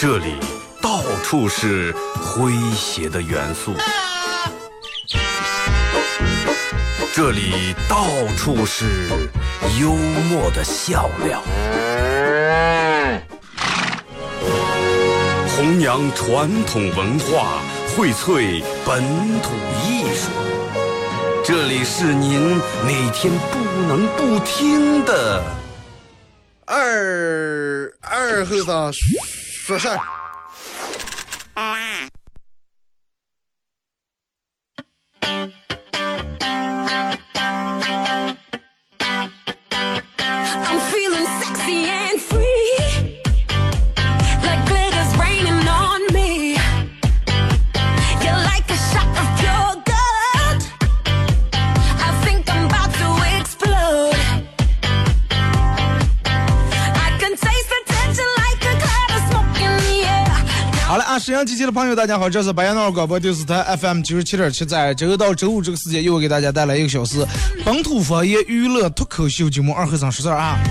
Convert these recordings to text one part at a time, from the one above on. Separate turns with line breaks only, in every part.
这里到处是诙谐的元素，这里到处是幽默的笑料，弘扬传统文化，荟萃本土艺术。这里是您每天不能不听的
二和尚说事儿。沈阳机器的朋友大家好，这是白羊闹广播电视台 FM 97.7，在周一到周五这个时间又给大家带来1个小时本土方言娱乐脱口秀节目二和尚说事儿啊。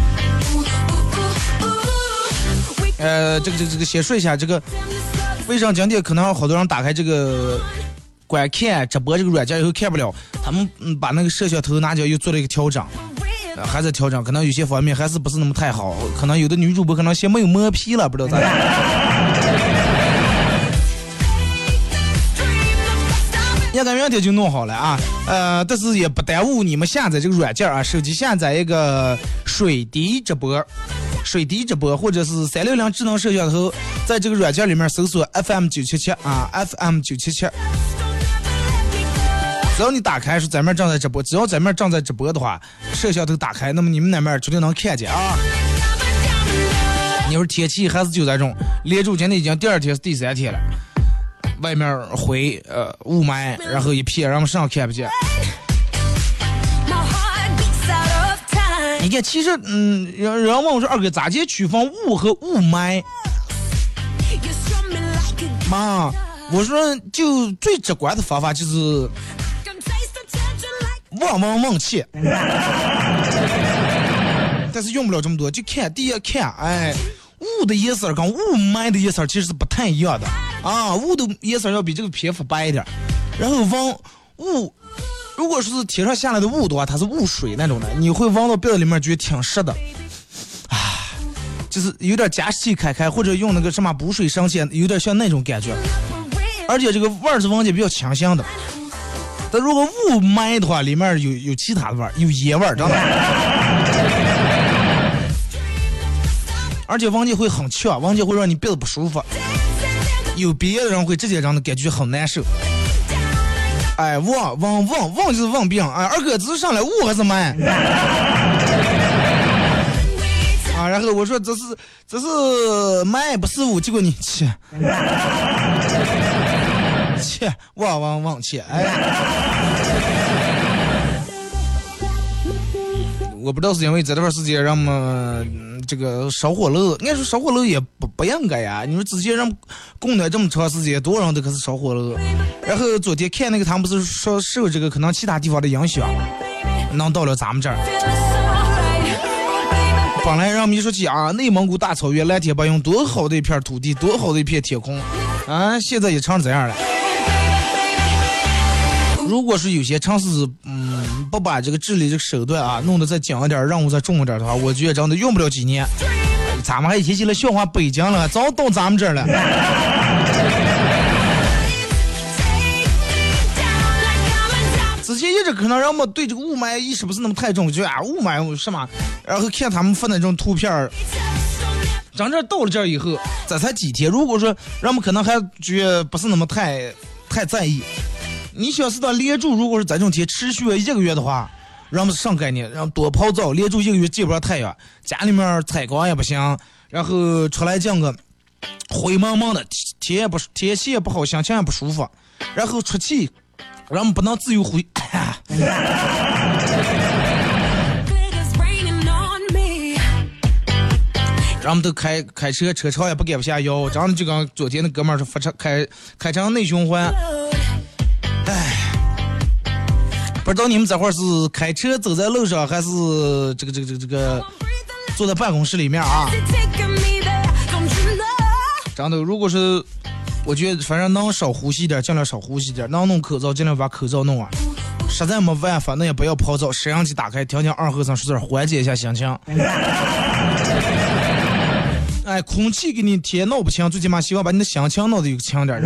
这个先说一下，这个为啥今天可能好多人打开这个观看直播这个软件以后看不了，他们把那个摄像头拿脚又做了一个调整，还在调整，可能有些方面还是不是那么太好，可能有的女主播可能先没有磨皮了，不知道咋样。应该明天就弄好了啊，但是也不耽误你们下载这个软件啊，手机下载一个水滴直播，或者是360智能摄像头，在这个软件里面搜索 FM977啊 ，FM977。只要你打开是咱们正在直播，只要咱们正在直播的话，摄像头打开，那么你们那边绝对能看见啊。你说天气还是就这种，连住今天已经第2天是第3天了。外面灰雾霾，然后一片，然后上看不见。你看，其实人问我说二哥咋接区分雾和雾霾？妈，我说就最直观的方法就是望气，但是用不了这么多，就看第一看，哎，雾的颜色跟雾霾的颜色其实是不太一样的。啊，雾的颜色要比这个皮肤白一点，然后闻雾，如果是天上下来的雾的话，它是雾水那种的，你会闻到鼻子里面觉得挺湿的，啊，就是有点加湿器开，或者用那个什么补水神器，有点像那种感觉，而且这个味儿是闻起比较强香的。但如果雾霾的话，里面有其他的味儿，有烟味儿，知道吗？而且闻起会很呛，闻起会让你鼻子不舒服。有别的人会直接让他感觉很难受。哎，旺就是旺病。哎，二哥只是上来雾还是霾？啊，然后我说这是霾不是雾，结果你切，旺切，哎。我不知道是因为这段时间让我们这个烧火炉，应该说烧火炉也不应该呀。你说之前让供暖这么长时间，多少人都可是烧火炉。然后昨天看那个，他们不是说受这个可能其他地方的影响，能到了咱们这儿。本来让我们一说起啊，内蒙古大草原蓝天白云，多好的一片土地，多好的一片天空啊，现在也成这样了。如果是有些城市不把这个治理这个手段啊弄得再紧一点，任务再重一点的话，我觉得真的用不了几年，咱们还提起了笑话北京了，早到咱们这儿了。之前一直可能让我们对这个雾霾意识不是那么太重，就啊雾霾什么，然后看他们发那种图片，咱这到了这儿以后，这才几天，如果说让我们可能还觉得不是那么太在意。你想是到连住，如果是这种天持续1个月的话，让我们上概念，让多泡澡，连住1个月见不着太阳，家里面采光也不行，然后出来这个灰蒙蒙的，天气也不好，心情也不舒服，然后出气，让我们不能自由回。然后我们都开车，车超也不给不下腰，然后就跟昨天的哥们儿说，开成内循环。哎，不知道你们这会儿是开车走在路上，还是这个坐在办公室里面啊？ 真的，如果是我觉得反正能少呼吸点尽量少呼吸点，能弄口罩尽量把口罩弄啊，实在没办法那也不要跑走，摄像机打开听听二和尚说点缓解一下心情。哎，空气给你贴闹不清，最起码希望把你的心情闹得有强点。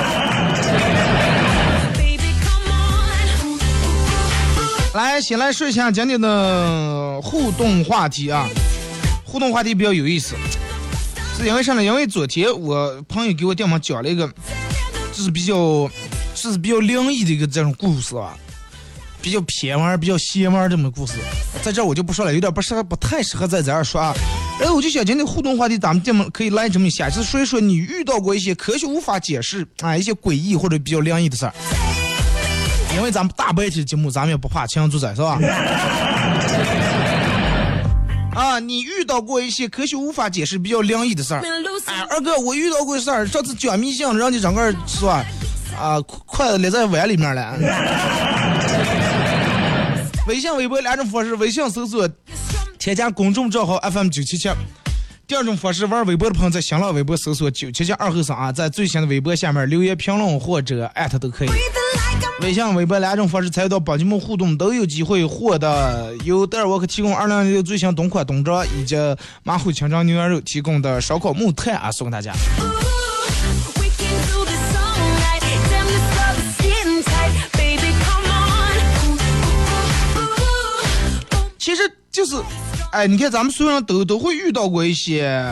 来，先来说一下今天的互动话题啊，互动话题比较有意思，是因为啥呢？因为昨天我朋友给我电话讲了一个，这是比较灵异的一个这种故事啊，比较偏门、比较邪门这么故事，在这我就不说了，有点不太适合在这儿说啊。然后我就想今天互动话题，咱们这么可以来这么一下，就是说一说你遇到过一些科学无法解释啊，一些诡异或者比较灵异的事儿。因为咱们大白天节目，咱们也不怕强主宰，是吧？啊，你遇到过一些科学无法解释、比较灵异的事儿？哎，二哥，我遇到过事儿，这次讲迷信，让你整个是吧？啊，筷子勒在碗里面了。微信、微博两种方式，微信搜索添加公众账号 FM977。第二种方式，玩微博的朋友在新浪微博搜索977二后生啊，在最新的微博下面留言评论或者艾特都可以。微信、微博两种方式参与到本节目互动，都有机会获得由德尔沃克提供2006最新冬款冬装以及马虎清蒸牛羊肉提供的烧烤木炭啊，送给大家。其实就是，哎，你看咱们所有人都会遇到过一些，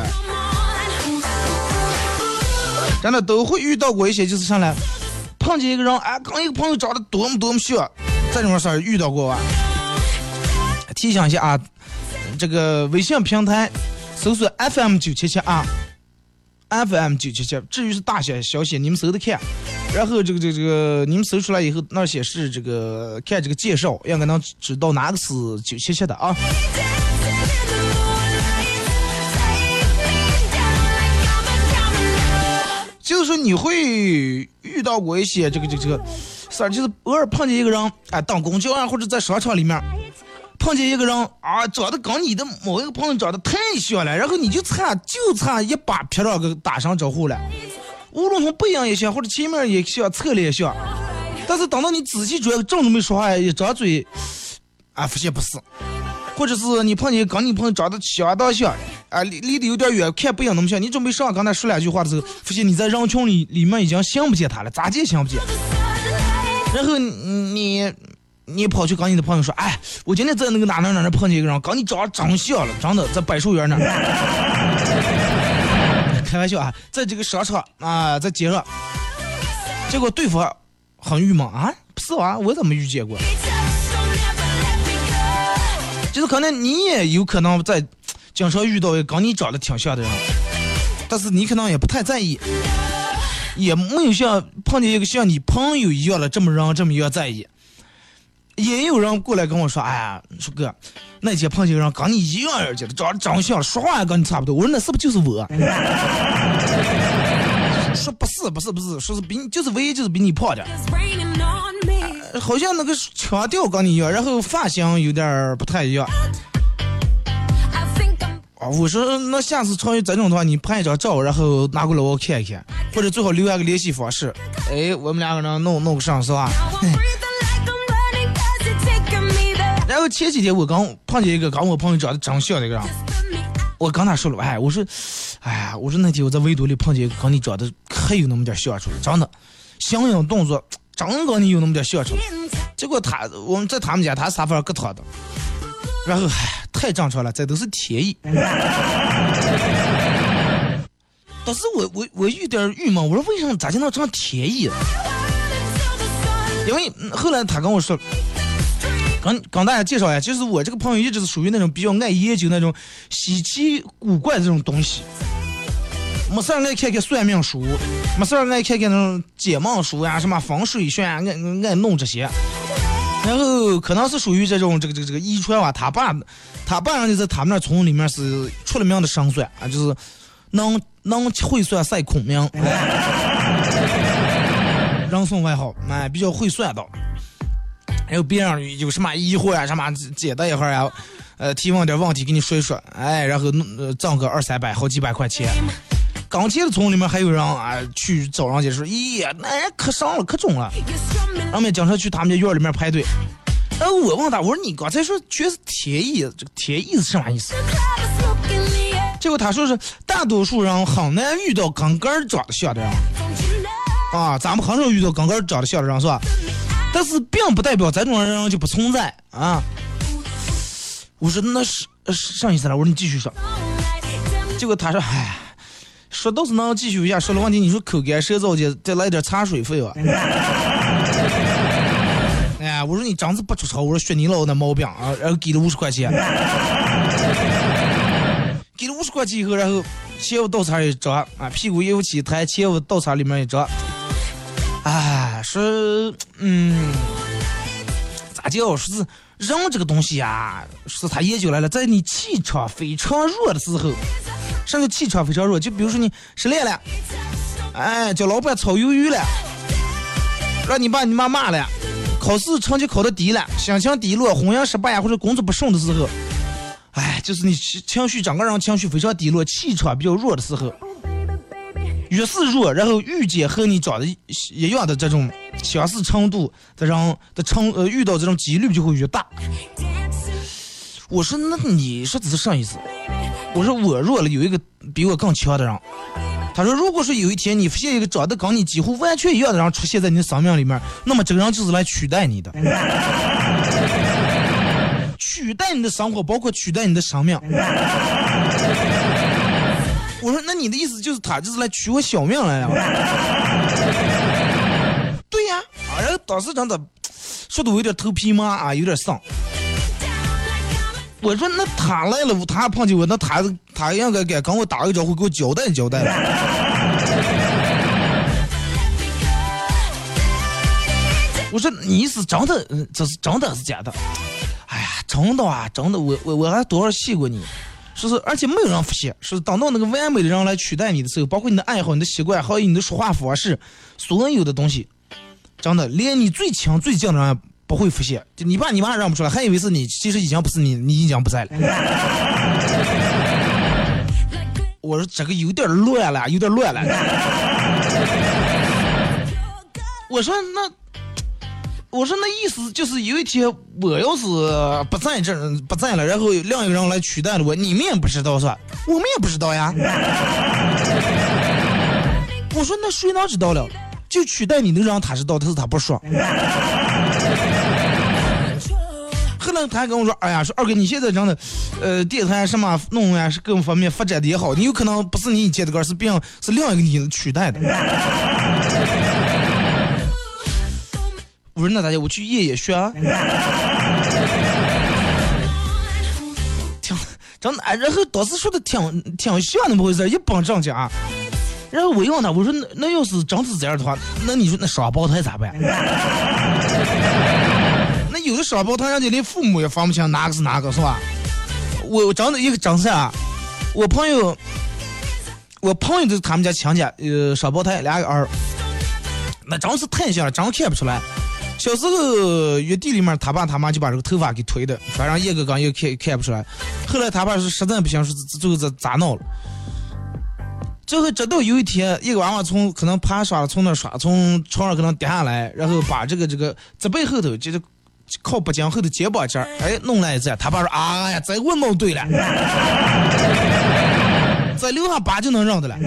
真的都会遇到过一些，就是上来碰见一个人，哎，跟一个朋友长得多么像，这种事儿遇到过吧？提醒一下啊，这个微信平台搜索 FM977啊 ，FM977，至于是大写小写，你们搜着看。然后这个你们搜出来以后，那显示这个看这个介绍，应该能知道哪个是977的啊。就是说你会遇到过一些这个事儿，就是偶尔碰见一个人，哎，当公交啊或者在商场里面碰见一个人啊，长得跟你的某一个朋友长得太像了，然后你就差一把撇到个打声招呼了。无论从背影也像，或者前面也像，侧脸也像，但是等到你仔细追，正准备说话，一张嘴，啊，发现不是，或者是你碰见跟你朋友长得相当像，啊，离得有点远，看背影那么像，你准备上刚才说两句话的时候，发现你在人群里面已经想不见他了，咋见想不见？然后你跑去跟你的朋友说，哎，我今天在那个哪碰见一个人，跟你长像了，真的在柏树园那儿。开玩笑啊，在这个商场啊，在街上，结果对方很郁闷啊，不是啊，我怎么遇见过？就是可能你也有可能在经常遇到一个跟你长得挺像的人，但是你可能也不太在意，也没有像碰见一个像你朋友一样的这么样在意。也有人过来跟我说，哎呀，说哥，那天碰见个人跟你一样的，长相说话也跟你差不多。我说那是不是就是我？说不是，说是比你就是唯一就是比你胖点，好像那个腔调跟你一样，然后发型有点不太一样。啊，我说那下次常有这种的话，你拍一张照，然后拿过来我看一看，或者最好留下个联系方式。哎，我们两个人弄个上是吧？然后前几天我刚碰见一个跟我朋友长得长相的一个人，我跟他说了，哎，我说那天我在围堵里碰见一个跟你长得还有那么点像出来，真的，相应动作真跟你有那么点像出来。结果我们在他们家，他沙发上搁躺的，然后太正常了，这都是天意。但是我有点郁闷，我说为什么咋就能成天意了？因为后来他跟我说。刚大家介绍一下，就是我这个朋友一直是属于那种比较爱研究那种稀奇古怪的这种东西，没事爱看看算命书，没事爱看看那种解梦书呀，什么风水学啊，爱弄这些。然后可能是属于这种这个遗传吧，他爸人就在他们那村里面是出了名的神算啊，就是能会算赛孔明，人送外号，哎，比较会算到。还有别人有什么疑惑啊，什么解答一会儿啊，提问点问题给你说一说，哎，然后挣个200-300好几百块钱。 刚进的村里面还有人啊去找人家说，咦，那人可上了可中了，然后经常去他们家院里面排队。然后我问他，我说你刚才说全是铁艺，这个铁艺是什么意思？结果他说是大多数人很难遇到跟根长得像的人啊，咱们很少遇到跟根长得像的人是吧？但是并不代表这种人就不存在啊。我说那是啥意思了？我说你继续说。结果他说，哎，说倒是能继续一下，说了问题你说口干舌燥的，再来点茶水费吧。哎，我说你张嘴不出丑，我说学你老那毛病啊，然后给了50块钱，给了50块钱以后，然后前我倒茶一折啊，屁股一扶起，抬前我倒茶里面一折，哎，说咋叫？说是人这个东西啊，是他研究来了，在你气场非常弱的时候，甚至气场非常弱，就比如说你失恋了，哎，叫老板炒鱿鱼了，让你爸你妈骂了。考试成绩考得低了，心情低落，婚姻失败或者工作不顺的时候，哎，就是你情绪整个人情绪非常低落，气场比较弱的时候，越是弱，然后遇见和你长得一样的这种相似程度的人的遇到这种几率就会越大。我说那你说这是啥意思？我说我弱了，有一个比我更强的人。他说如果说有一天你发现一个长得跟你几乎完全一样的人出现在你的生命里面，那么这个人就是来取代你的，取代你的生活，包括取代你的生命。我说那你的意思就是他就是来取我小命来呀？对呀，啊，然后当时真的说的我有点头皮麻啊，有点丧。我说那他来了，他碰见我，那他应该跟我打个招呼，给我交代交代。我说你是真的，这是真的还是假的？哎呀，真的啊，真的，我还多少戏过你，说是而且没有人发现，说是等到那个完美的人来取代你的时候，包括你的爱好、你的习惯，还有你的说话方式，所有的东西，真的连你最亲最近的人不会发现，就你爸你妈认不出来，还以为是你，其实已经不是你，你已经不在了。我说这个有点乱了，有点乱了。我说那意思就是有一天我要是不在了，然后另一个人来取代了我，你们也不知道是吧？我们也不知道呀。我说那谁能知道了？就取代你那个人他知道，但是他不说。后来他还跟我说，哎呀，说二哥你现在真的电台什么弄呀，是各方面发展的也好，你有可能不是你接的歌，是另一个你取代的。我说那大家我去夜学啊。真的，然后当时说的挺像那么回事，一帮正经啊。然后我问他，我说那要是真是这样的话，那你说那双胞胎咋办？那有的双胞胎人家连父母也分不清哪个是哪个，是吧？我真的一个真事啊，我朋友就是他们家亲家，双胞胎2个儿，那真是太像了，真看不出来。小时候月地里面，他爸他妈就把这个头发给推的，反正一个刚也看不出来。后来他爸是实在不行，是最后咋闹了？最后直到有一天，一个娃娃可能爬刷了，从那刷，从床上可能跌下来，然后把这个脊背后头就是靠脖颈后头肩膀这儿，哎，弄来一下。他爸说：“哎呀，这我弄对了，再留下疤就能认得了。”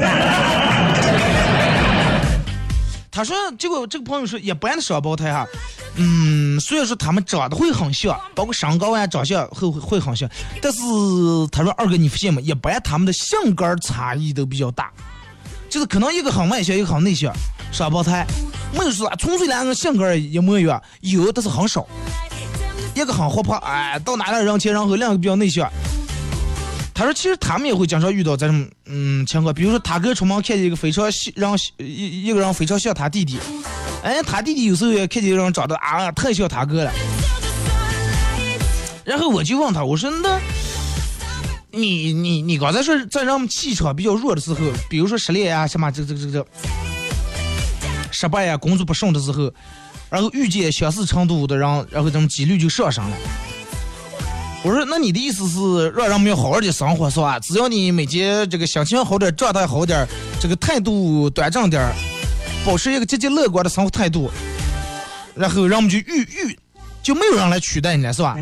他说：“结果这个朋友说，一般的双胞胎哈，虽然说他们长得会很像，包括身高啊、长相会很像，但是他说二哥你发现吗？一般他们的性格差异都比较大，就是可能一个很外向，一个很内向，双胞胎没有说纯粹两个性格一模一样，有但是很少。一个很活泼，哎，到哪来人前人后，另一个比较内向。”他说其实他们也会经常遇到这种情况，比如说他哥出门看见一个非常一个人非常像他弟弟，哎，他弟弟有时候也看见一个人长得太像他哥了。然后我就问他，我说那你刚才说在让气场比较弱的时候，比如说失恋啊什么这失败啊工作不顺的时候，然后遇见相似程度的人，然后这种几率就上升了。 我说那你的意思是让人们要好好的生活是吧？只要你每天这个心情好点，状态好点，这个态度端正点，保持一个积极乐观的生活态度，然后让我们就没有人来取代你了是吧？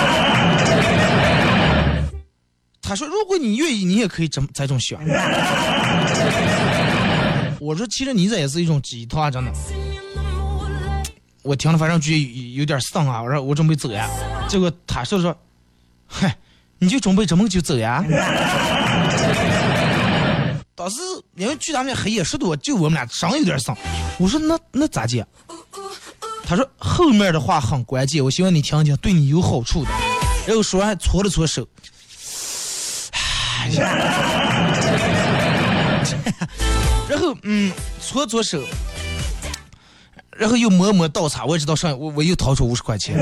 他说如果你愿意，你也可以这种想。我说其实你这也是一种鸡汤，真的。我听了反正觉得有点丧啊，我准备走呀。结果他说嗨，你就准备这么就走呀？当时因为距他们俩黑夜10多，就我们俩伤有点伤。我说那咋接？他说后面的话很关键，我希望你听听，对你有好处的。然后说完搓了搓手，然后搓手，然后又摸倒茶，我也知道我又掏出50块钱。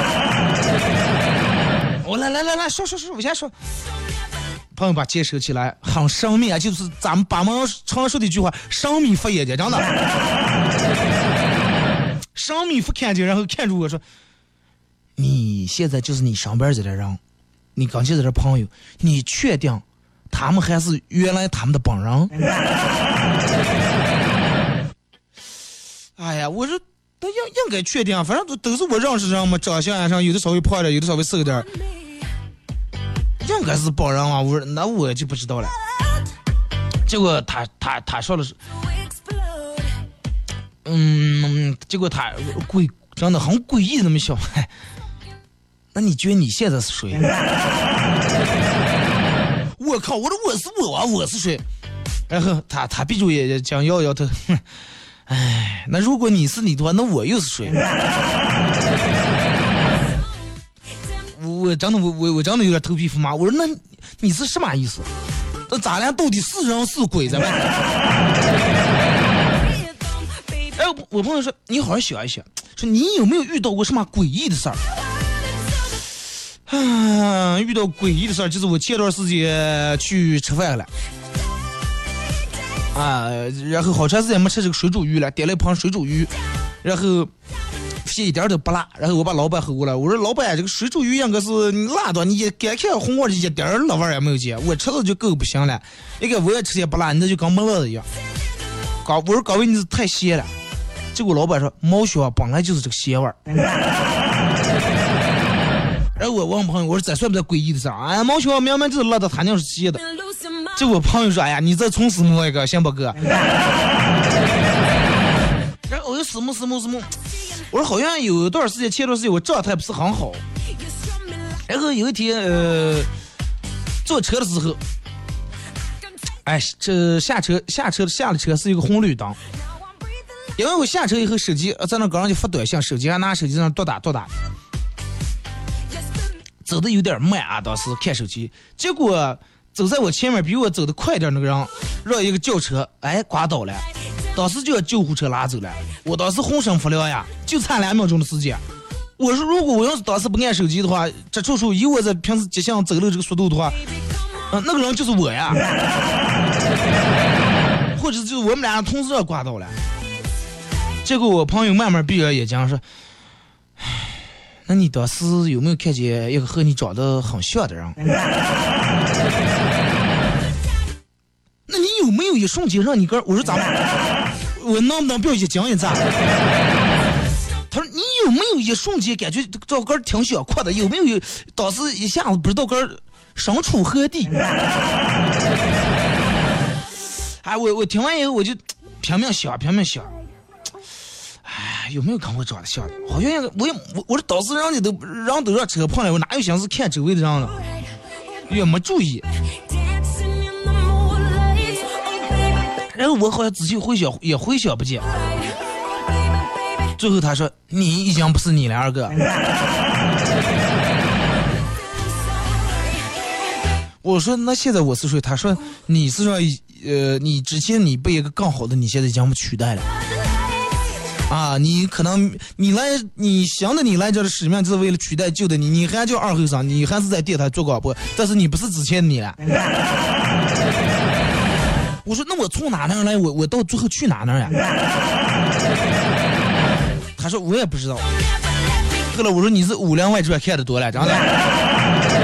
我来说，我先说。朋友把钱收起来，很生命啊，就是咱们爸妈常说的一句话：生米发眼睛，真的。生米发看见，然后看住我说：“你现在就是你上班这的人，你刚现在的朋友，你确定他们还是原来他们的本人？”哎呀，我说那应该确定啊，反正都是我认识人嘛，长相上有的稍微胖点，有的稍微瘦点，应该是本人啊。我说那我就不知道了。结果他说的是，结果他真的很诡异的那么笑。那你觉得你现在是谁？我靠！我说我是谁？然后他闭住眼睛摇头，哎，那如果你是你的话，那我又是谁？我真的有点头皮发麻。我说那你是什么意思？那咱俩到底是人是鬼在外？哎，我朋友说你好好想一想，说你有没有遇到过什么诡异的事儿？遇到诡异的事儿，就是我前段时间去吃饭了。然后好长时间没吃这个水煮鱼了，点了一盘水煮鱼，然后一点都不辣。然后我把老板吼过来，我说老板，这个水煮鱼应该是辣的，你干看红锅一点辣味也没有见，我吃的就够不行了。一个我也吃些不辣，你这就跟没辣的一样。我说高位你是太咸了。结果老板说毛血本来就是这个咸味儿。然后我问朋友，我说这算不算诡异的事儿？哎，毛血明明就是辣的，他娘是咸的。结果朋友说：“哎呀，你再重死摸一个，行不哥？”然后我就死摸。我说好像有段时间，前段时间我状态不是很好。然后有一天，坐车的时候，哎，这下了车是一个红绿灯。因为我下车以后，手机在那刚刚就发短信，手机还拿手机在那多打。走的有点慢啊，当时看手机，结果走在我前面比我走的快点那个人让一个轿车刮倒了，当时就要救护车拉走了。我当时浑身发凉呀，就差2秒钟的时间。我说如果我要是当时不按手机的话，这处以我在平时街上走路这个速度的话，那个人就是我呀，或者就是我们俩同时要刮倒了。结果我朋友慢慢闭着眼睛说：“那你当时有没有看见一个和你长得很像的人？那你有没有一瞬间让你我说咱们，我能不能不要一讲一咋？他说你有没有一瞬间感觉这根挺小阔的？有没有当时一下子不知道根身处何地？哎，我听完以后我就拼命想。哎，有没有跟我长得像的？好像我这当时人都让车碰了，我哪有心思看周围的人了？也没注意。然后我好像仔细回想，也回想不见。最后他说：“你已经不是你了，二哥。”我说：“那现在我是谁？”他说：“你是说你之前你被一个更好的你现在已经被取代了。”啊，你可能你想的你来这的使命就是为了取代旧的你，你还叫二后生，你还是在电台做广播，但是你不是之前的你了。我说那我从哪来，我到最后去哪呀？他说我也不知道。后来我说你是武林外传看的多了，真的。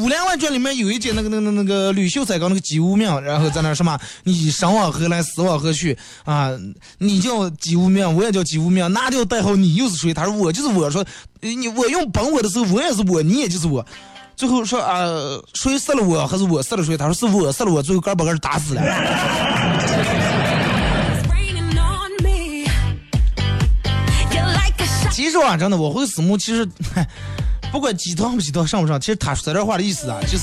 武林外传里面有一节那个吕秀才搞那个姬无命，然后在那什么，你生往何来，死往何去啊？你叫姬无命，我也叫姬无命，那就代号你又是谁？他说我就是我，说我用本我的时候，我也是我，你也就是我。最后说谁杀了我，还是我杀了谁？他说是我杀了我，最后把人打死了。其实啊，真的，我会死木，其实不管鸡汤不鸡汤上不上，其实他说这话的意思啊，就是，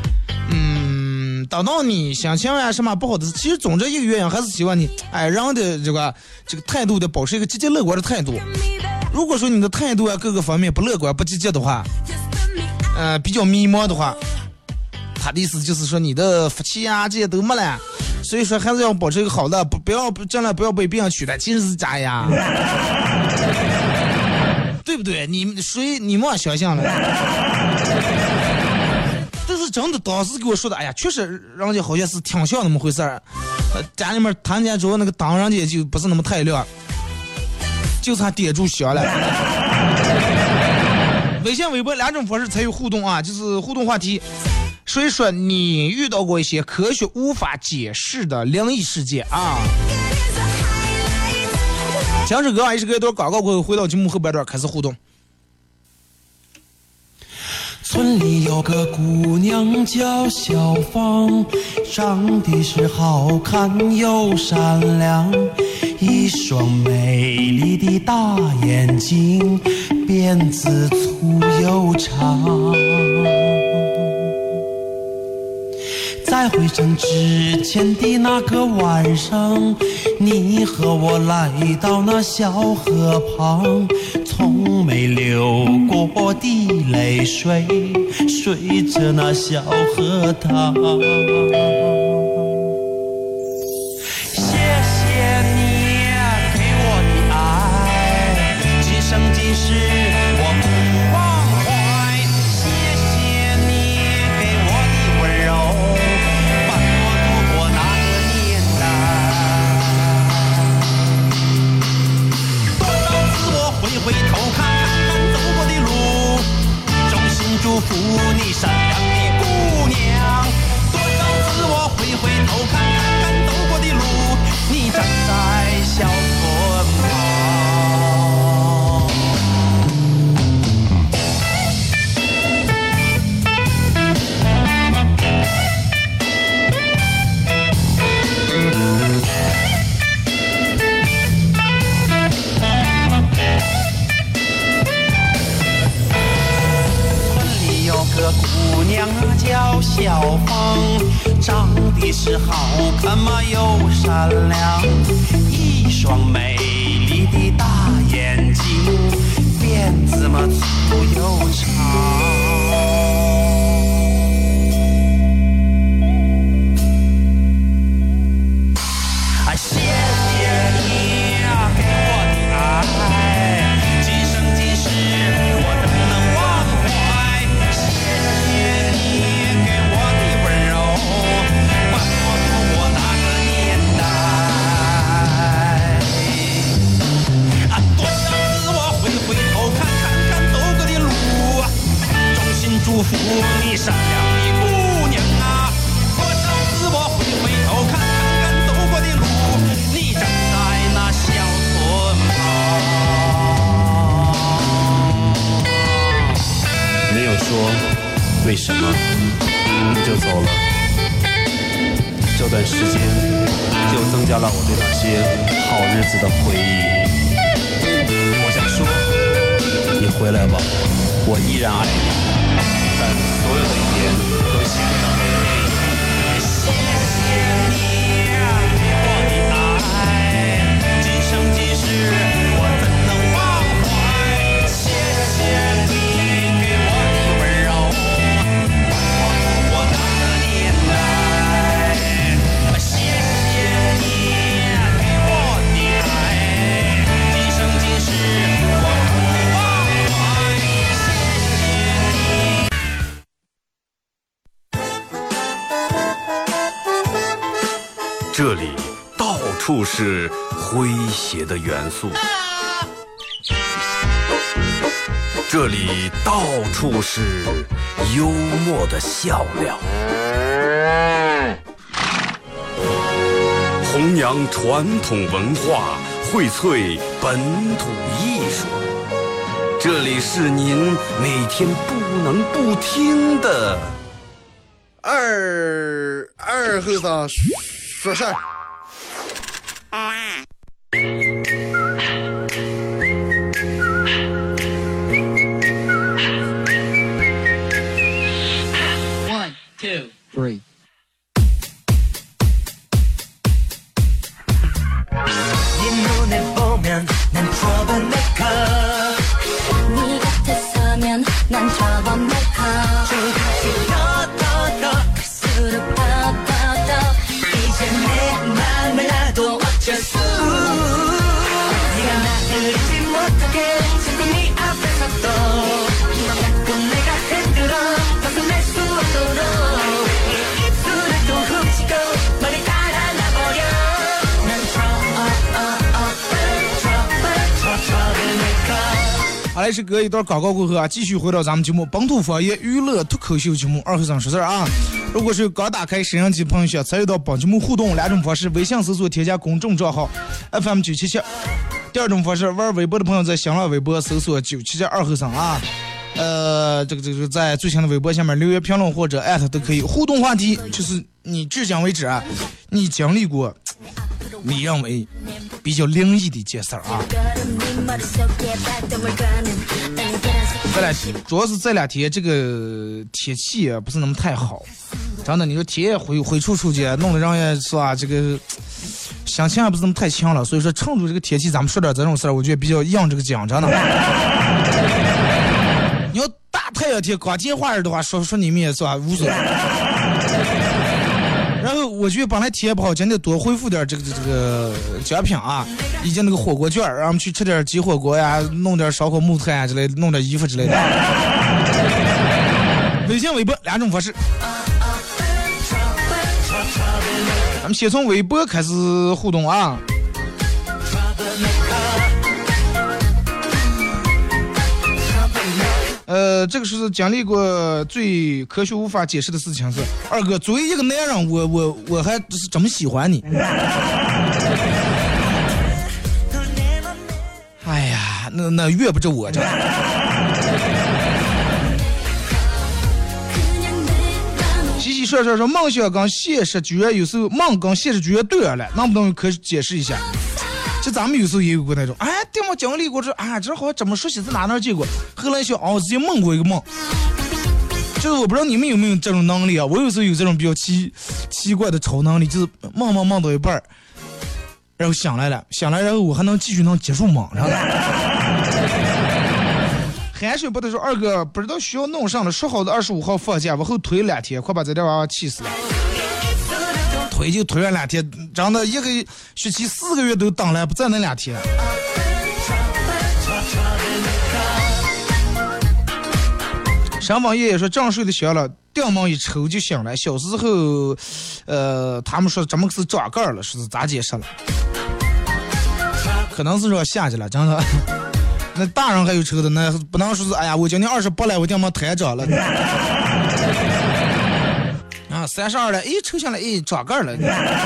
等到你想千万什么不好的，其实总之一个原因还是希望你，人的这个态度的保持一个积极乐观的态度。如果说你的态度啊各个方面不乐观不积极的话，比较迷茫的话，他的意思就是说你的福气啊这些都没了，所以说还是要保持一个好的，不要将来不要被别人取代，其实是假呀。对不对？你们想象了？但是真的当时给我说的，哎呀，确实人家好像是挺像那么回事儿。家里面谈见之后，那个灯人家就不是那么太亮，就差点住香了。微信、微博两种方式才有互动啊，就是互动话题。所以说你遇到过一些科学无法解释的灵异事件啊。强势哥还是给多广告过后，回到节目后半段开始互动。
村里有个姑娘叫小芳，长得是好看又善良，一双美丽的大眼睛，辫子粗又长。在回城之前的那个晚上，你和我来到那小河旁，从没流过的泪水随着那小河淌。谢谢你给我的爱，今生今世我不忘怀。谢谢你给我的温柔，伴我度过那个年代。多少次我回头看看走过的路，衷心祝福你善良的姑娘。多少次我回头看看走过的路，你站在小村旁。个姑娘叫小芳，长得是好看嘛又善良，一双美丽的大眼睛，辫子嘛粗又长。谢谢你给我的爱，今生今世我怎能忘怀？谢谢你给我的温柔，伴我度过那个年代。多少次我回头看走过的路，衷心祝福你善良的姑娘啊！多少次我回头看走过的路，你站在那小村旁。
没有说为什么你就走了，这段时间就增加了我对那些好日子的回忆。我想说你回来吧，我依然爱你，但所有的一点都显得那么累。
谢谢你给我的爱，今生今世我怎能忘怀？谢谢你给我的温柔，伴我度过那个年代。谢谢你给我的爱，今生今世我不忘怀。谢谢你。
这里到处是诙谐的元素， 这里到处是幽默的笑料，弘扬传统文化，荟萃本土艺术。这里是您每天不能不听的
二和尚说事儿。
One, two, three.
好嘞，是隔一段广告过后啊，继续回到咱们节目本土方言娱乐脱口秀节目二和尚说事儿啊。如果是刚打开摄像机朋友想参与到本节目互动，两种方式：微信搜索添加公众账号 FM977；第二种方式，玩微博的朋友在新浪微博搜索977二和尚啊。这个在最新的微博下面留言评论或者艾特都可以。互动话题就是你至今为止啊，你经历过你认为比较灵异的一件事儿啊。主要是这两天这个天气啊不是那么太好，真的，你说天也灰出去，弄得让人是吧？这个心情还不是那么太强了，所以说趁着这个天气，咱们说点这种事儿，我觉得比较应这个景，真的。你要大太阳天光天化日的话，说你们也是吧，无所谓。然后我觉得本来天不好，今天多恢复点这个奖品啊，以及那个火锅券，让我们去吃点鸡火锅呀，弄点烧烤木炭啊之类的，弄点衣服之类的。微信、微博两种方式。咱们先从微博开始互动啊。这个是经历过最科学无法解释的事情是，二哥作为一个男人，我还是这么喜欢你。哎呀，那越不着我这。西西说梦想跟现实居然有时候梦跟现实居然对上了，能不能可以解释一下？这咱们有时候也有过那种，哎，对吗？经历过这，啊，这好像怎么说起在哪见过？后来想，我之前梦过一个梦，就是我不知道你们有没有这种能力啊？我有时候有这种比较奇怪的超能力，就是梦到一半，然后醒来，然后我还能继续结束梦，然后海水不得说二哥不知道需要弄上了，说好的25号放假，往后推2天，快把这娃娃气死了。推就推了2天，真的一个学期4个月都等了，不在那2天。上网爷也说正睡的醒了，电门一抽就醒了。小时候，他们说怎么是长个了，说是咋解释了？可能是说下去了，真的。那大人还有抽的，那不能说是哎呀，我今年28了，我电门抬着了。啊，32了，抽下来，长个了。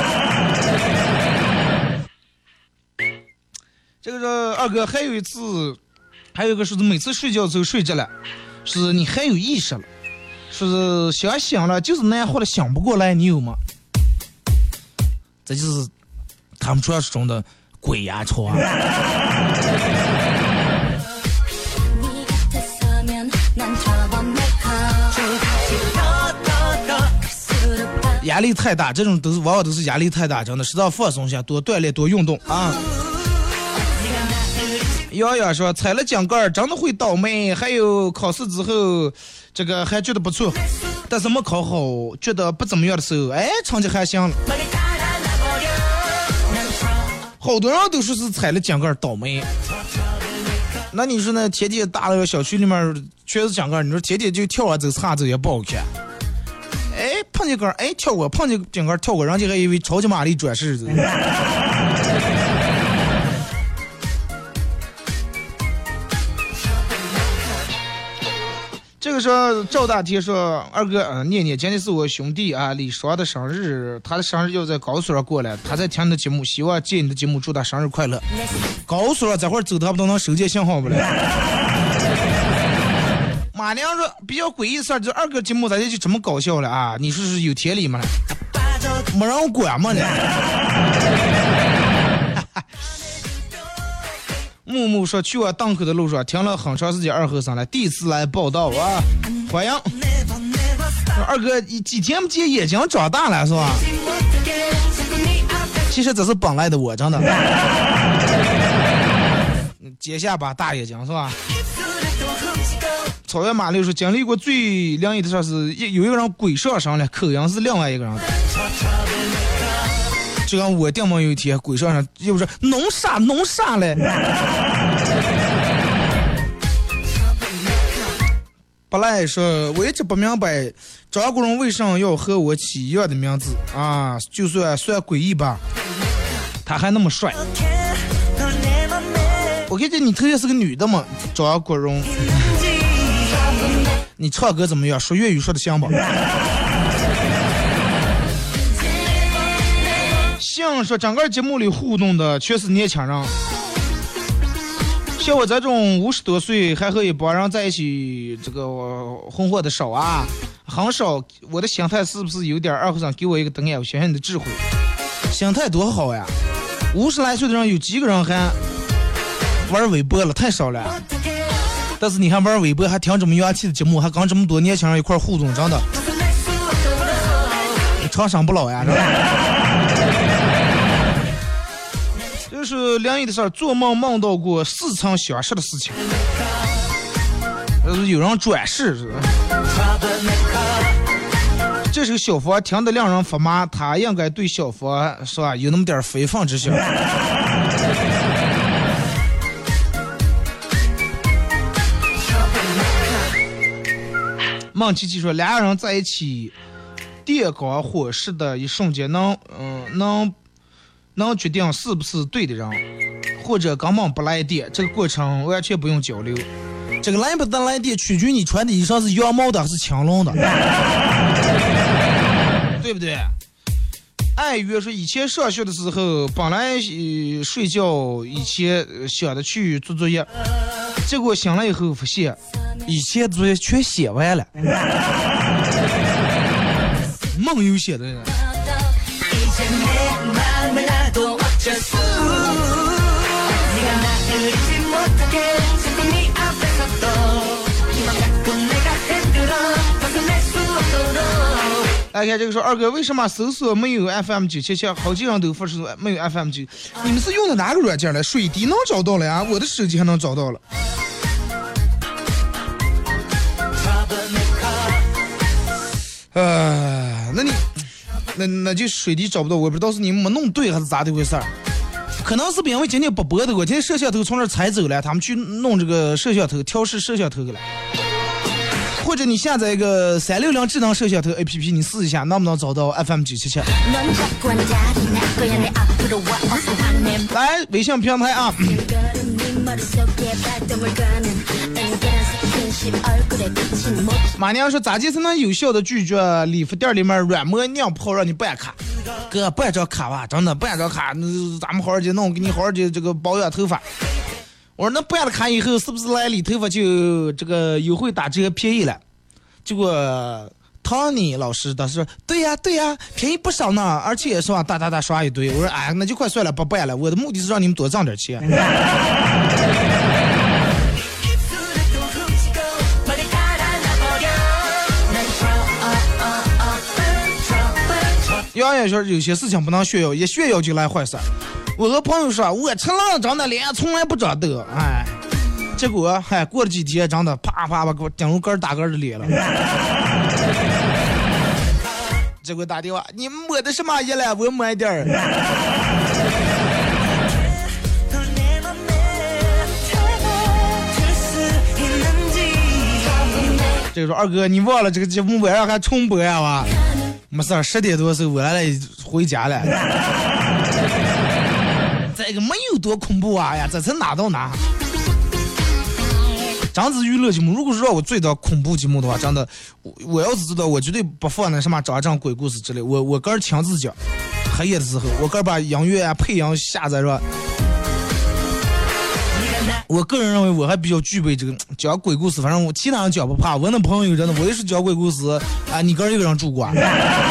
这个说二哥还有一个说是每次睡觉的时候睡着了，是你还有意识了，说是想了，就是那样或者想不过来，你有吗？这就是他们传说中的鬼压床。压力太大，这种往往都是压力太大，真的适当放松一下，多锻炼多运动啊。瑶瑶说踩了井盖真的会倒霉，还有考试之后这个还觉得不错，但是没考好觉得不怎么样的时候，成绩还行了。好多人都说是踩了井盖倒霉，那你说呢？天天大了小区里面全是井盖，你说天天就跳啊走岔走也不好看。碰见杆跳过，碰见井盖跳过，人家还以为超级玛丽转世的。 个说赵大天说二哥，念念今天是我兄弟啊李双的生日，他的生日就在高速上过来，他在听你的节目，希望借你的节目祝他生日快乐。高速上这会儿走他不都能手机信号不了？马娘说比较诡异的事儿，就二哥节目咱就这么搞笑了啊？你说是有天理吗？没人管吗呢？木木说去我档口的路上停了很长时间，二和尚来第一次来报道啊，欢迎二哥几天不见眼睛长大了是吧？其实这是本来的我真的接下巴大眼睛是吧？草原马六说经历过最灵异的事是有一个人鬼上身了，口音是另外一个人的。就像我电梦有一天鬼上身，又不是弄啥嘞。本来说我一直不明白张国荣为什么要和我起一样的名字啊，就算诡异吧，他还那么帅。我看见你特别是个女的嘛，张国荣。你唱歌怎么样？说粤语说的像吧？像说整个节目里互动的全是年轻人，像我这种50多岁还和一帮人在一起，这个混货的少啊，很少。我的心态是不是有点二和尚给我一个灯眼？我相信你的智慧，心态多好呀！50来岁的人有几个人还玩微博了？太少了。但是你还玩微博，还听这么洋气的节目，还跟这么多年轻人一块互动，真的长生不老呀！就是灵异的事儿，做梦梦到过似曾相识的事情，有人转世。这是个小佛听得令人发麻，他应该对小佛是吧有那么点非分之想。孟琪琪说，俩人在一起电光火石的一瞬间，能决定是不是对的人，或者根本不来电，这个过程完全不用交流。这个来不得来电，取决于你穿的衣裳是羊毛的还是青龙的，对不对？爱约说，以前上学的时候，本来睡觉以前想着去做作业，结果醒了以后发现以前作业全写完了，梦游写的。来看这个说，二哥为什么搜索没有 FM977，好几人都发出没有 FM9，你们是用的哪个软件来？水滴能找到了呀，我的手机还能找到了。那就水滴找不到，我不知道是你们没弄对还是咋的回事儿。可能是因为今天不播的，我今天摄像头从那儿踩走了，他们去弄这个摄像头，调试摄像头去了。或者你下载一个360智能摄像头 APP， 你试一下能不能找到 FM977。来微信平台啊。马娘说，咋地才能有效的拒绝理发店里面软磨硬泡让你办卡？哥，办张卡吧，真的办张卡，咱们好好去弄，给你好好的这个保养头发。我说那办了卡以后，是不是来理头发就这个优惠打折便宜了？结果汤尼老师当时说，对呀，便宜不少呢，而且是吧，大刷一堆。我说哎，那就快算了，不办了。我的目的是让你们多挣点钱。杨也说有些事情不能炫耀，一炫耀就来坏事。我和朋友说，我成了长的脸从来不长痘，哎，结果过了几天，长得啪给我顶入根大根的脸了。结果打电话，你抹的什么药了？我抹点儿。这个说，二哥你忘了这个节目晚上还重播呀吧？没事，10点多的时候我来了回家了。这个没有多恐怖啊呀，这才哪到哪。 章子娱乐节目，如果是让我最到恐怖节目的话，真的，我要是知道，我绝对不放那什么张鬼故事之类，我个人亲自讲，黑夜的时候，我个人把音乐啊配音下载是吧？我个人认为我还比较具备这个讲鬼故事，反正我其他人讲不怕，我那朋友真的，我也是讲鬼故事啊，你个人一个人住过。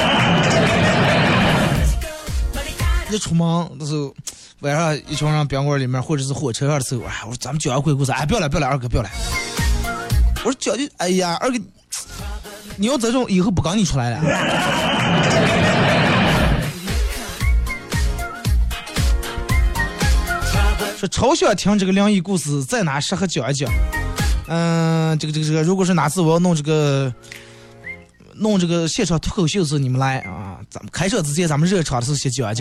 一出门的时候，晚上一群人宾馆里面或者是火车上的时候，我说咱们讲个鬼故事，不要来，二哥不要来。我说讲的，哎呀，二哥，你要这种以后不跟你出来了。说超想听这个灵异故事，在哪适合讲一讲？这个，如果是哪次我要弄这个现场脱口秀的时候，你们来啊！咱们开车之前，咱们热场的时候先讲一讲。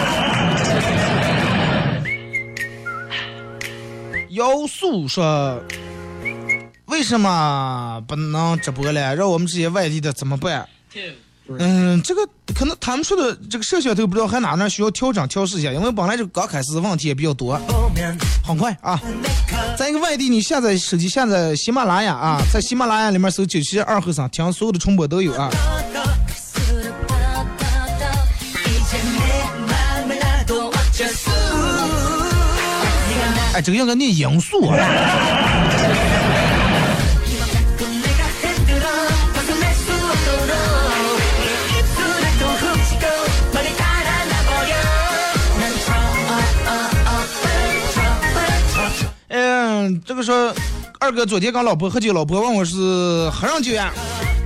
妖素说，为什么不能直播了？让我们这些外地的怎么办？这个可能他们说的这个摄像头不知道还哪需要调试一下，因为本来这个刚开始问题也比较多。很快啊，在一个外地，你下载手机下载喜马拉雅啊，在喜马拉雅里面搜97.2后上听所有的重播都有啊。哎，这个应该念罂粟啊。这个说二哥昨天跟老婆喝酒，老婆问我是何让酒呀？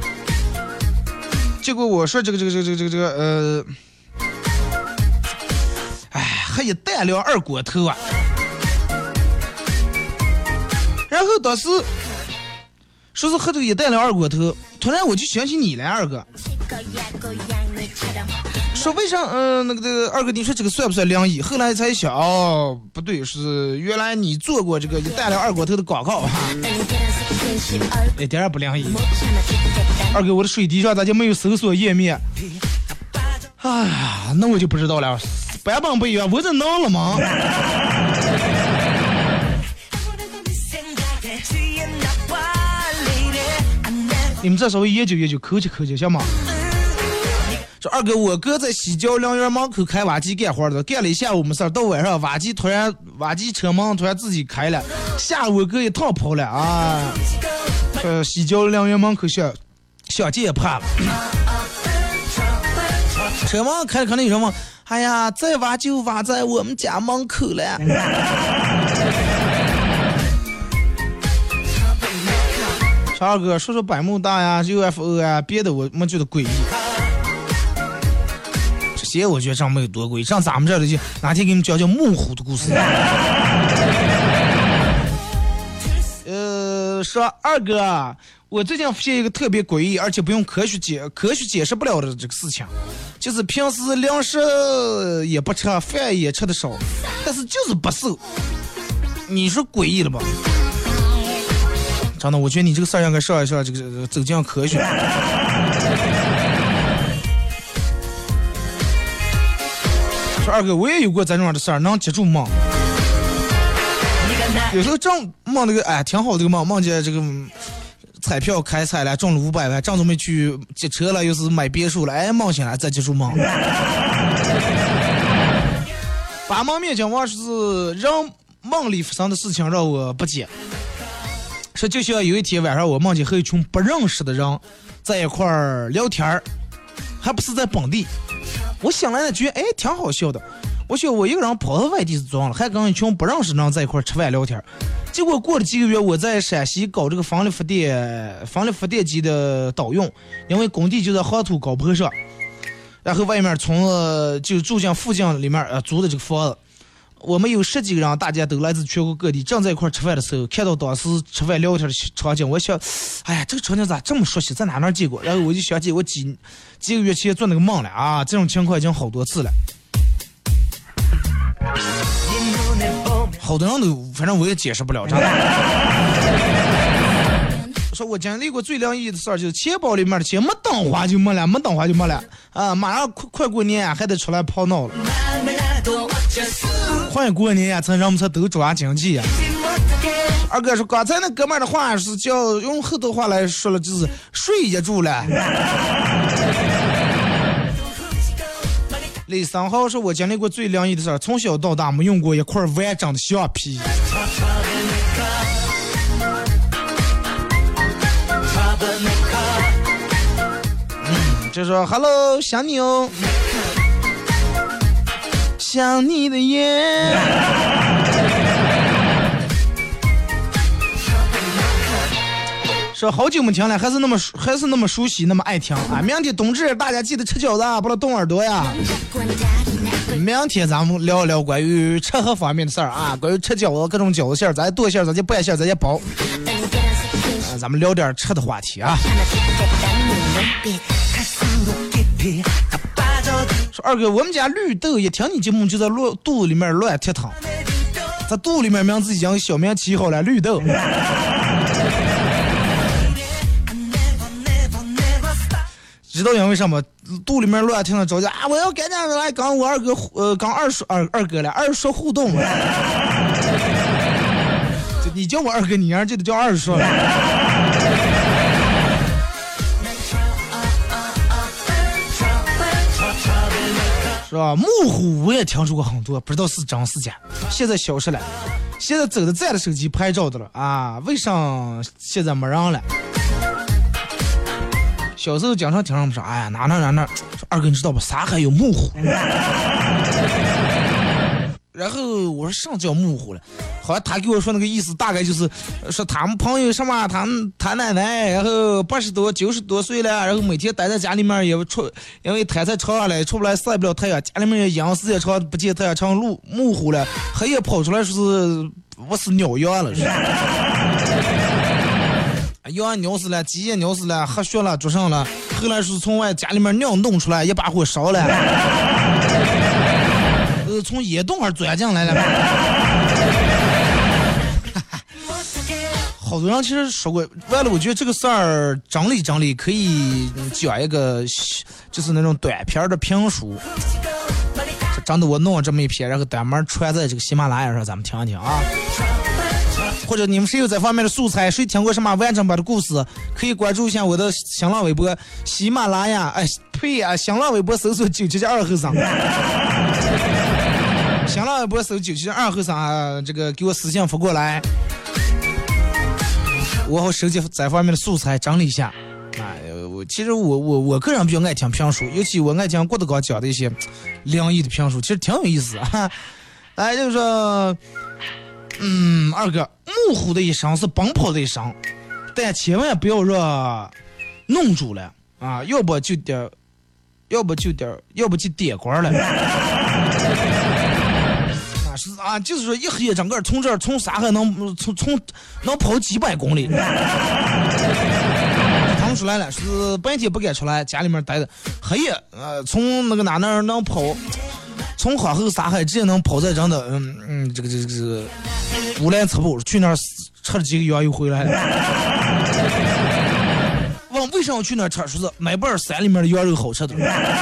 结果我说这个喝一淡料二锅头啊。然后当时说是喝这个一淡料二锅头，突然我就想起你来，二哥。说为啥那个二哥你说这个算不算灵异？后来才想哦，不对，是原来你做过这个一淡料二锅头的广告哈，一点也不灵异。二哥我的水滴上咋就没有搜索页面？啊，那我就不知道了，百般不一样，我这弄了吗？你们这稍微研究研究，口气行吗？说二哥，我哥在西郊良园门口开挖机干活的，干了一下午没事，到晚上挖机车门突然自己开了，吓我哥一趟跑了啊！西郊良园门口小姐也怕了，车门开了可能有什么？哎呀，再挖就挖在我们家门口了。小二哥，说说百慕大呀、UFO 啊，别的我们觉得诡异。这些我觉得真没有多诡异，像咱们这儿的就哪天给你们讲木虎的故事。说二哥，我最近发现一个特别诡异，而且不用科学解释不了的这个事情，就是平时粮食也不吃，饭也吃的少，但是就是不瘦。你说诡异了吧？真的，我觉得你这个事儿应该上一上这个走进科学。说二哥，我也有过这种的事儿，能接住梦。有时候正梦那个挺好，这个梦见这个彩票开彩了，中了500万，正准备去接车了，又是买别墅了，梦醒来再接住梦。把梦面前往是让梦里发生的事情让我不解。说就像有一天晚上我梦见和一群不认识的人在一块儿聊天，还不是在本地。我醒来呢觉得挺好笑的，我想我一个人跑到外地是装了，还跟一群不认识的人在一块儿吃饭聊天。结果过了几个月，我在陕西搞这个风力发电机的导用，因为工地就在黄土高坡上，然后外面就住进附近里面租的这个房子。我们有10几个人，大家都来自全国各地，正在一块吃饭的时候，看到当时吃饭聊天的场景，我想，哎呀，这个场景咋这么熟悉，在哪见过？然后我就想起我几个月前做那个梦了啊，这种情况已经好多次了。好多人都，反正我也解释不了这。说我经历过最灵异的事儿，就是钱包里面的钱没等花就没了啊！马上快过年还得出来跑闹了。快过年呀，咱让我们才都抓经济呀。 二哥说刚才那哥们儿的话是叫用后头话来说了，就是睡一住了。李三号说：“我经历过最灵异的事儿，从小到大没用过一块完整的橡皮。”就说 “Hello， 想你哦，想你的夜。”说好久没听了，还是那么熟悉，那么爱听啊！明天冬至，大家记得吃饺子啊，不能动耳朵呀。明天咱们聊一聊关于吃喝方面的事儿啊，关于吃饺子各种饺子馅儿，咱剁馅儿，咱就拌馅儿，咱就包。咱们聊点吃的话题啊。说二哥，我们家绿豆一听你节目就在肚子里面乱踢汤，在肚子里面名字已经小名起好了，绿豆。知道因为什么？肚里面乱听的着急啊！我要赶紧来跟我二哥跟二叔互动。就你叫我二哥，你让这就叫二叔了。是吧？木虎我也听说过很多，不知道是真是假。现在消失了，现在走的在的手机拍照的了啊！为啥现在没人了？小时候经常听人们说，哎呀哪，说二哥你知道吧？啥还有木虎？然后我说上叫木虎了，好像他给我说那个意思，大概就是说他们朋友什么，他奶奶，然后80多90多岁了，然后每天待在家里面也出，因为太太吵了，出不来晒不了太阳，家里面也阳时也长，不见太阳成木虎了，黑夜跑出来说是我是鸟样了。羊尿死了，鸡也尿死了，喝血了，灼伤了。后来是从外家里面尿弄出来，一把火烧了。从野洞儿钻进来了。好多人其实说过，完了，我觉得这个事儿整理可以讲一个，就是那种短篇的评书。真的，我弄了这么一篇，然后专门传在这个喜马拉雅上，咱们听一听啊。或者你们谁有这方面的素材，谁听过什么完整版的故事，可以关注一下我的新浪微博喜马拉雅，新浪微博搜索972后生，新浪微博搜972后生啊，这个给我私信发过来，我好收集这方面的素材整理一下。其实我个人比较爱听评书，尤其我爱听郭德纲讲的一些灵异的评书，其实挺有意思啊。来就是说二哥，木虎的一生是奔跑的一生，但千万不要让弄住了啊，要不就点光了。就是说一黑整个从这儿从啥还能跑几百公里。他们出来了，是白天不敢出来，家里面待着，黑夜从那个哪能跑。从黄后沙海直接能跑在真的，这个乌兰车布去那儿吃了几个羊又回来了。问为什么去那儿吃？说是买半山里面的羊肉好吃的。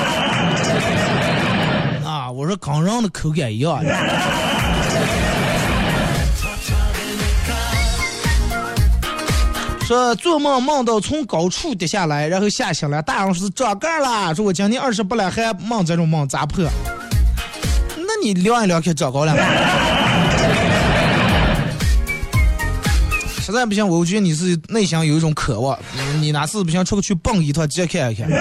啊，我说跟人的口感一样。说做梦到从高处跌下来，然后吓醒了，大人说是长个了，说我今年28了还梦这种梦咋破？你聊一聊可找高了，实在不行，我觉得你是内心有一种渴望，你哪次不行出去蹦一趟，直接看一看。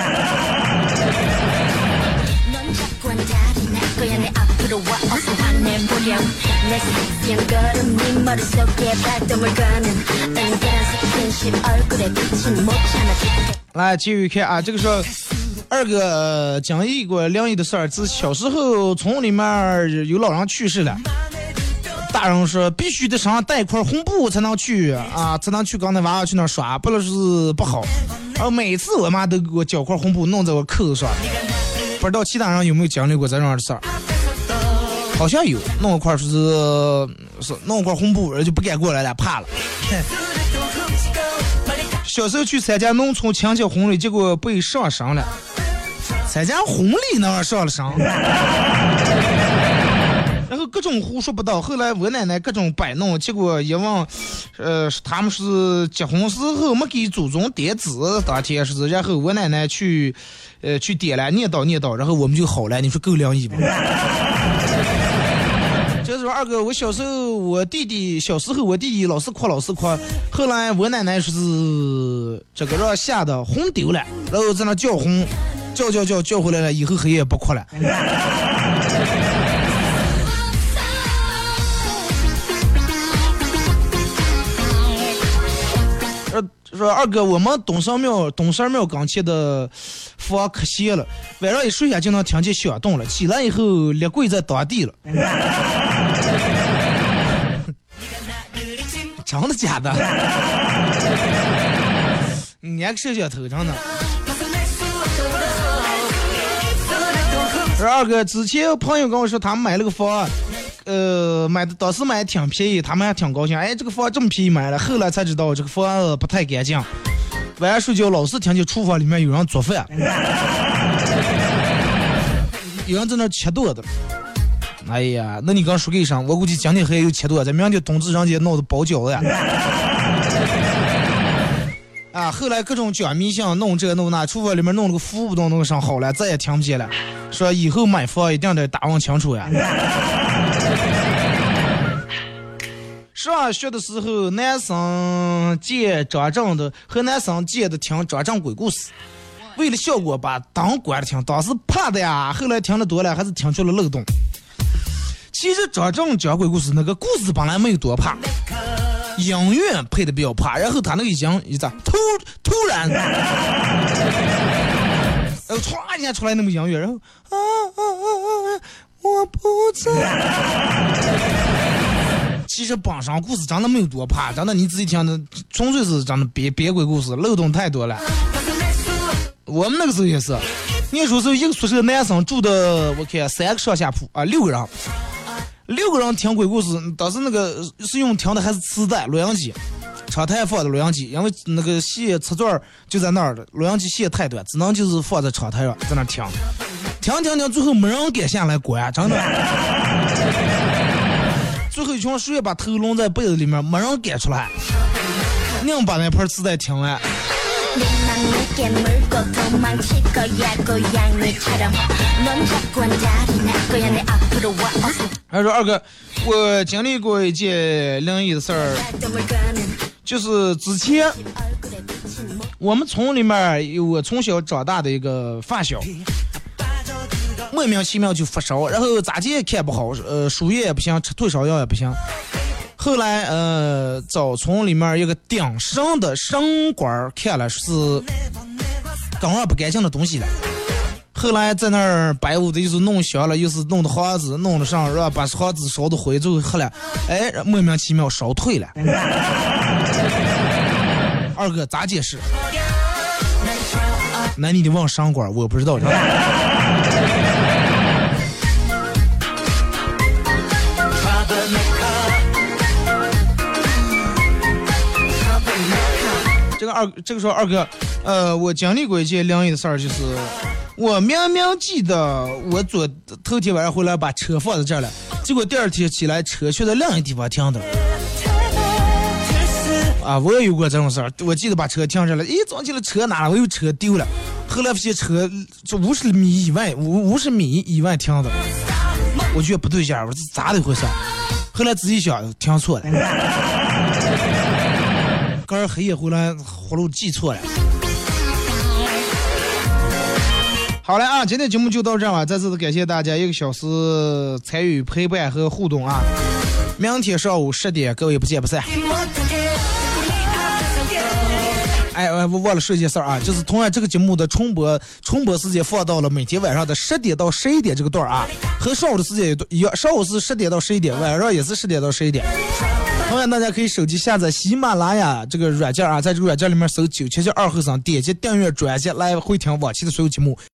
来继续看啊，这个时候二哥讲一个灵异的事儿，自小时候村里面有老人去世了，大人说必须得身上带一块红布才能去啊，才能去跟那娃娃去那耍，不然是不好。然后每次我妈都给我绞块红布弄在我扣子上，不知道其他人有没有经历过这样的事儿？好像有，弄一块是弄一块红布，人就不敢过来了，怕了。小时候去参加农村亲戚婚礼，结果被上身了。参加婚礼那上了身， 然后各种胡说八道。后来我奶奶各种摆弄，结果一问，他们是结婚时候没给祖宗点纸，当天是，然后我奶奶去点了念叨，然后我们就好了。你说够良医不？就是说二哥，我小时候我弟弟老是哭，后来我奶奶是这个让吓得红丢了，然后在那叫红，叫回来了，以后黑夜不哭了。说二哥，我们东山庙刚前的房可歇了，晚上一睡下就能听见响动了，起来以后立柜在当地了。真的假的？你还个摄像头真的？二哥，之前朋友跟我说他们买了个房，当时买挺便宜，他们还挺高兴。哎，这个房这么便宜买了，后来才知道这个房不太干净，晚上睡觉老是听见厨房里面有人做饭，有人在那切剁的。哎呀，那你刚说给上，我估计今天还有切剁，在明天冬至人家闹得包饺子呀。啊，后来各种讲迷信，弄这弄那，厨房里面弄了个服务都弄上好了，再也听不见了。说以后买房一定得打问清楚呀。上学的时候，男生借张震的和男生借的听张震鬼故事，为了效果把灯关了听，当时怕的呀，后来听得多了还是听出了漏洞。其实张震讲鬼故事那个故事本来没有多怕，音乐配的比较怕，然后他那个一突然，歘一下出来那么音乐，然后我不在。其实本身故事真的没有多怕，真的你自己听的纯粹是真的别鬼故事，漏洞太多了。我们那个时候也是，念书时候一个宿舍男生住的，我看3个上下铺啊，6个人听鬼故事，当时那个是用听的还是磁带录音机，长台放的录音机，因为那个线插座就在那儿的，录音机线太短，只能就是放在长台上在那听，最后没人敢下来关，真的。最后一群睡把头拢在被子里面，没人敢出来，硬把那盘磁带听完。他说二哥，我经历过一件灵异的事儿，就是之前我们村里面有我从小长大的一个发小，莫名其妙就发烧，然后咋地也看不好，输液也不行，吃退烧药也不行。后来找村里面一个顶上的神官看了是刚上不干净的东西了，后来在那儿摆屋的又是弄香了，又是弄的花子弄的上，让把花子烧的灰，最后喝了，哎，莫名其妙烧退了。二哥咋解释？那你得问神官，我不知道。这个说二哥，我经历过一件灵异的事儿，就是我明明记得我头天晚上回来把车放在这儿了，结果第二天起来车却在另一个地方停的。啊，我也有过这种事儿，我记得把车停这了，早起来车哪了？我有车丢了，后来发现车就50米以外停的，我觉得不对劲儿，我这咋的回事？后来仔细想，停错了。刚儿黑夜回来葫芦记错了。好了啊，今天节目就到这儿了，再次感谢大家1个小时参与陪伴和互动啊！明天上午10点，各位不见不散。哎，我忘了说一件事儿啊，就是同样这个节目的重播时间放到了每天晚上的10点到11点这个段啊，和上午的时间一样，上午是10点到11点，晚上也是10点到11点。同样，大家可以手机下载喜马拉雅这个软件啊，在这个软件里面搜977-2后生，点击订阅专辑来回听往期的所有节目。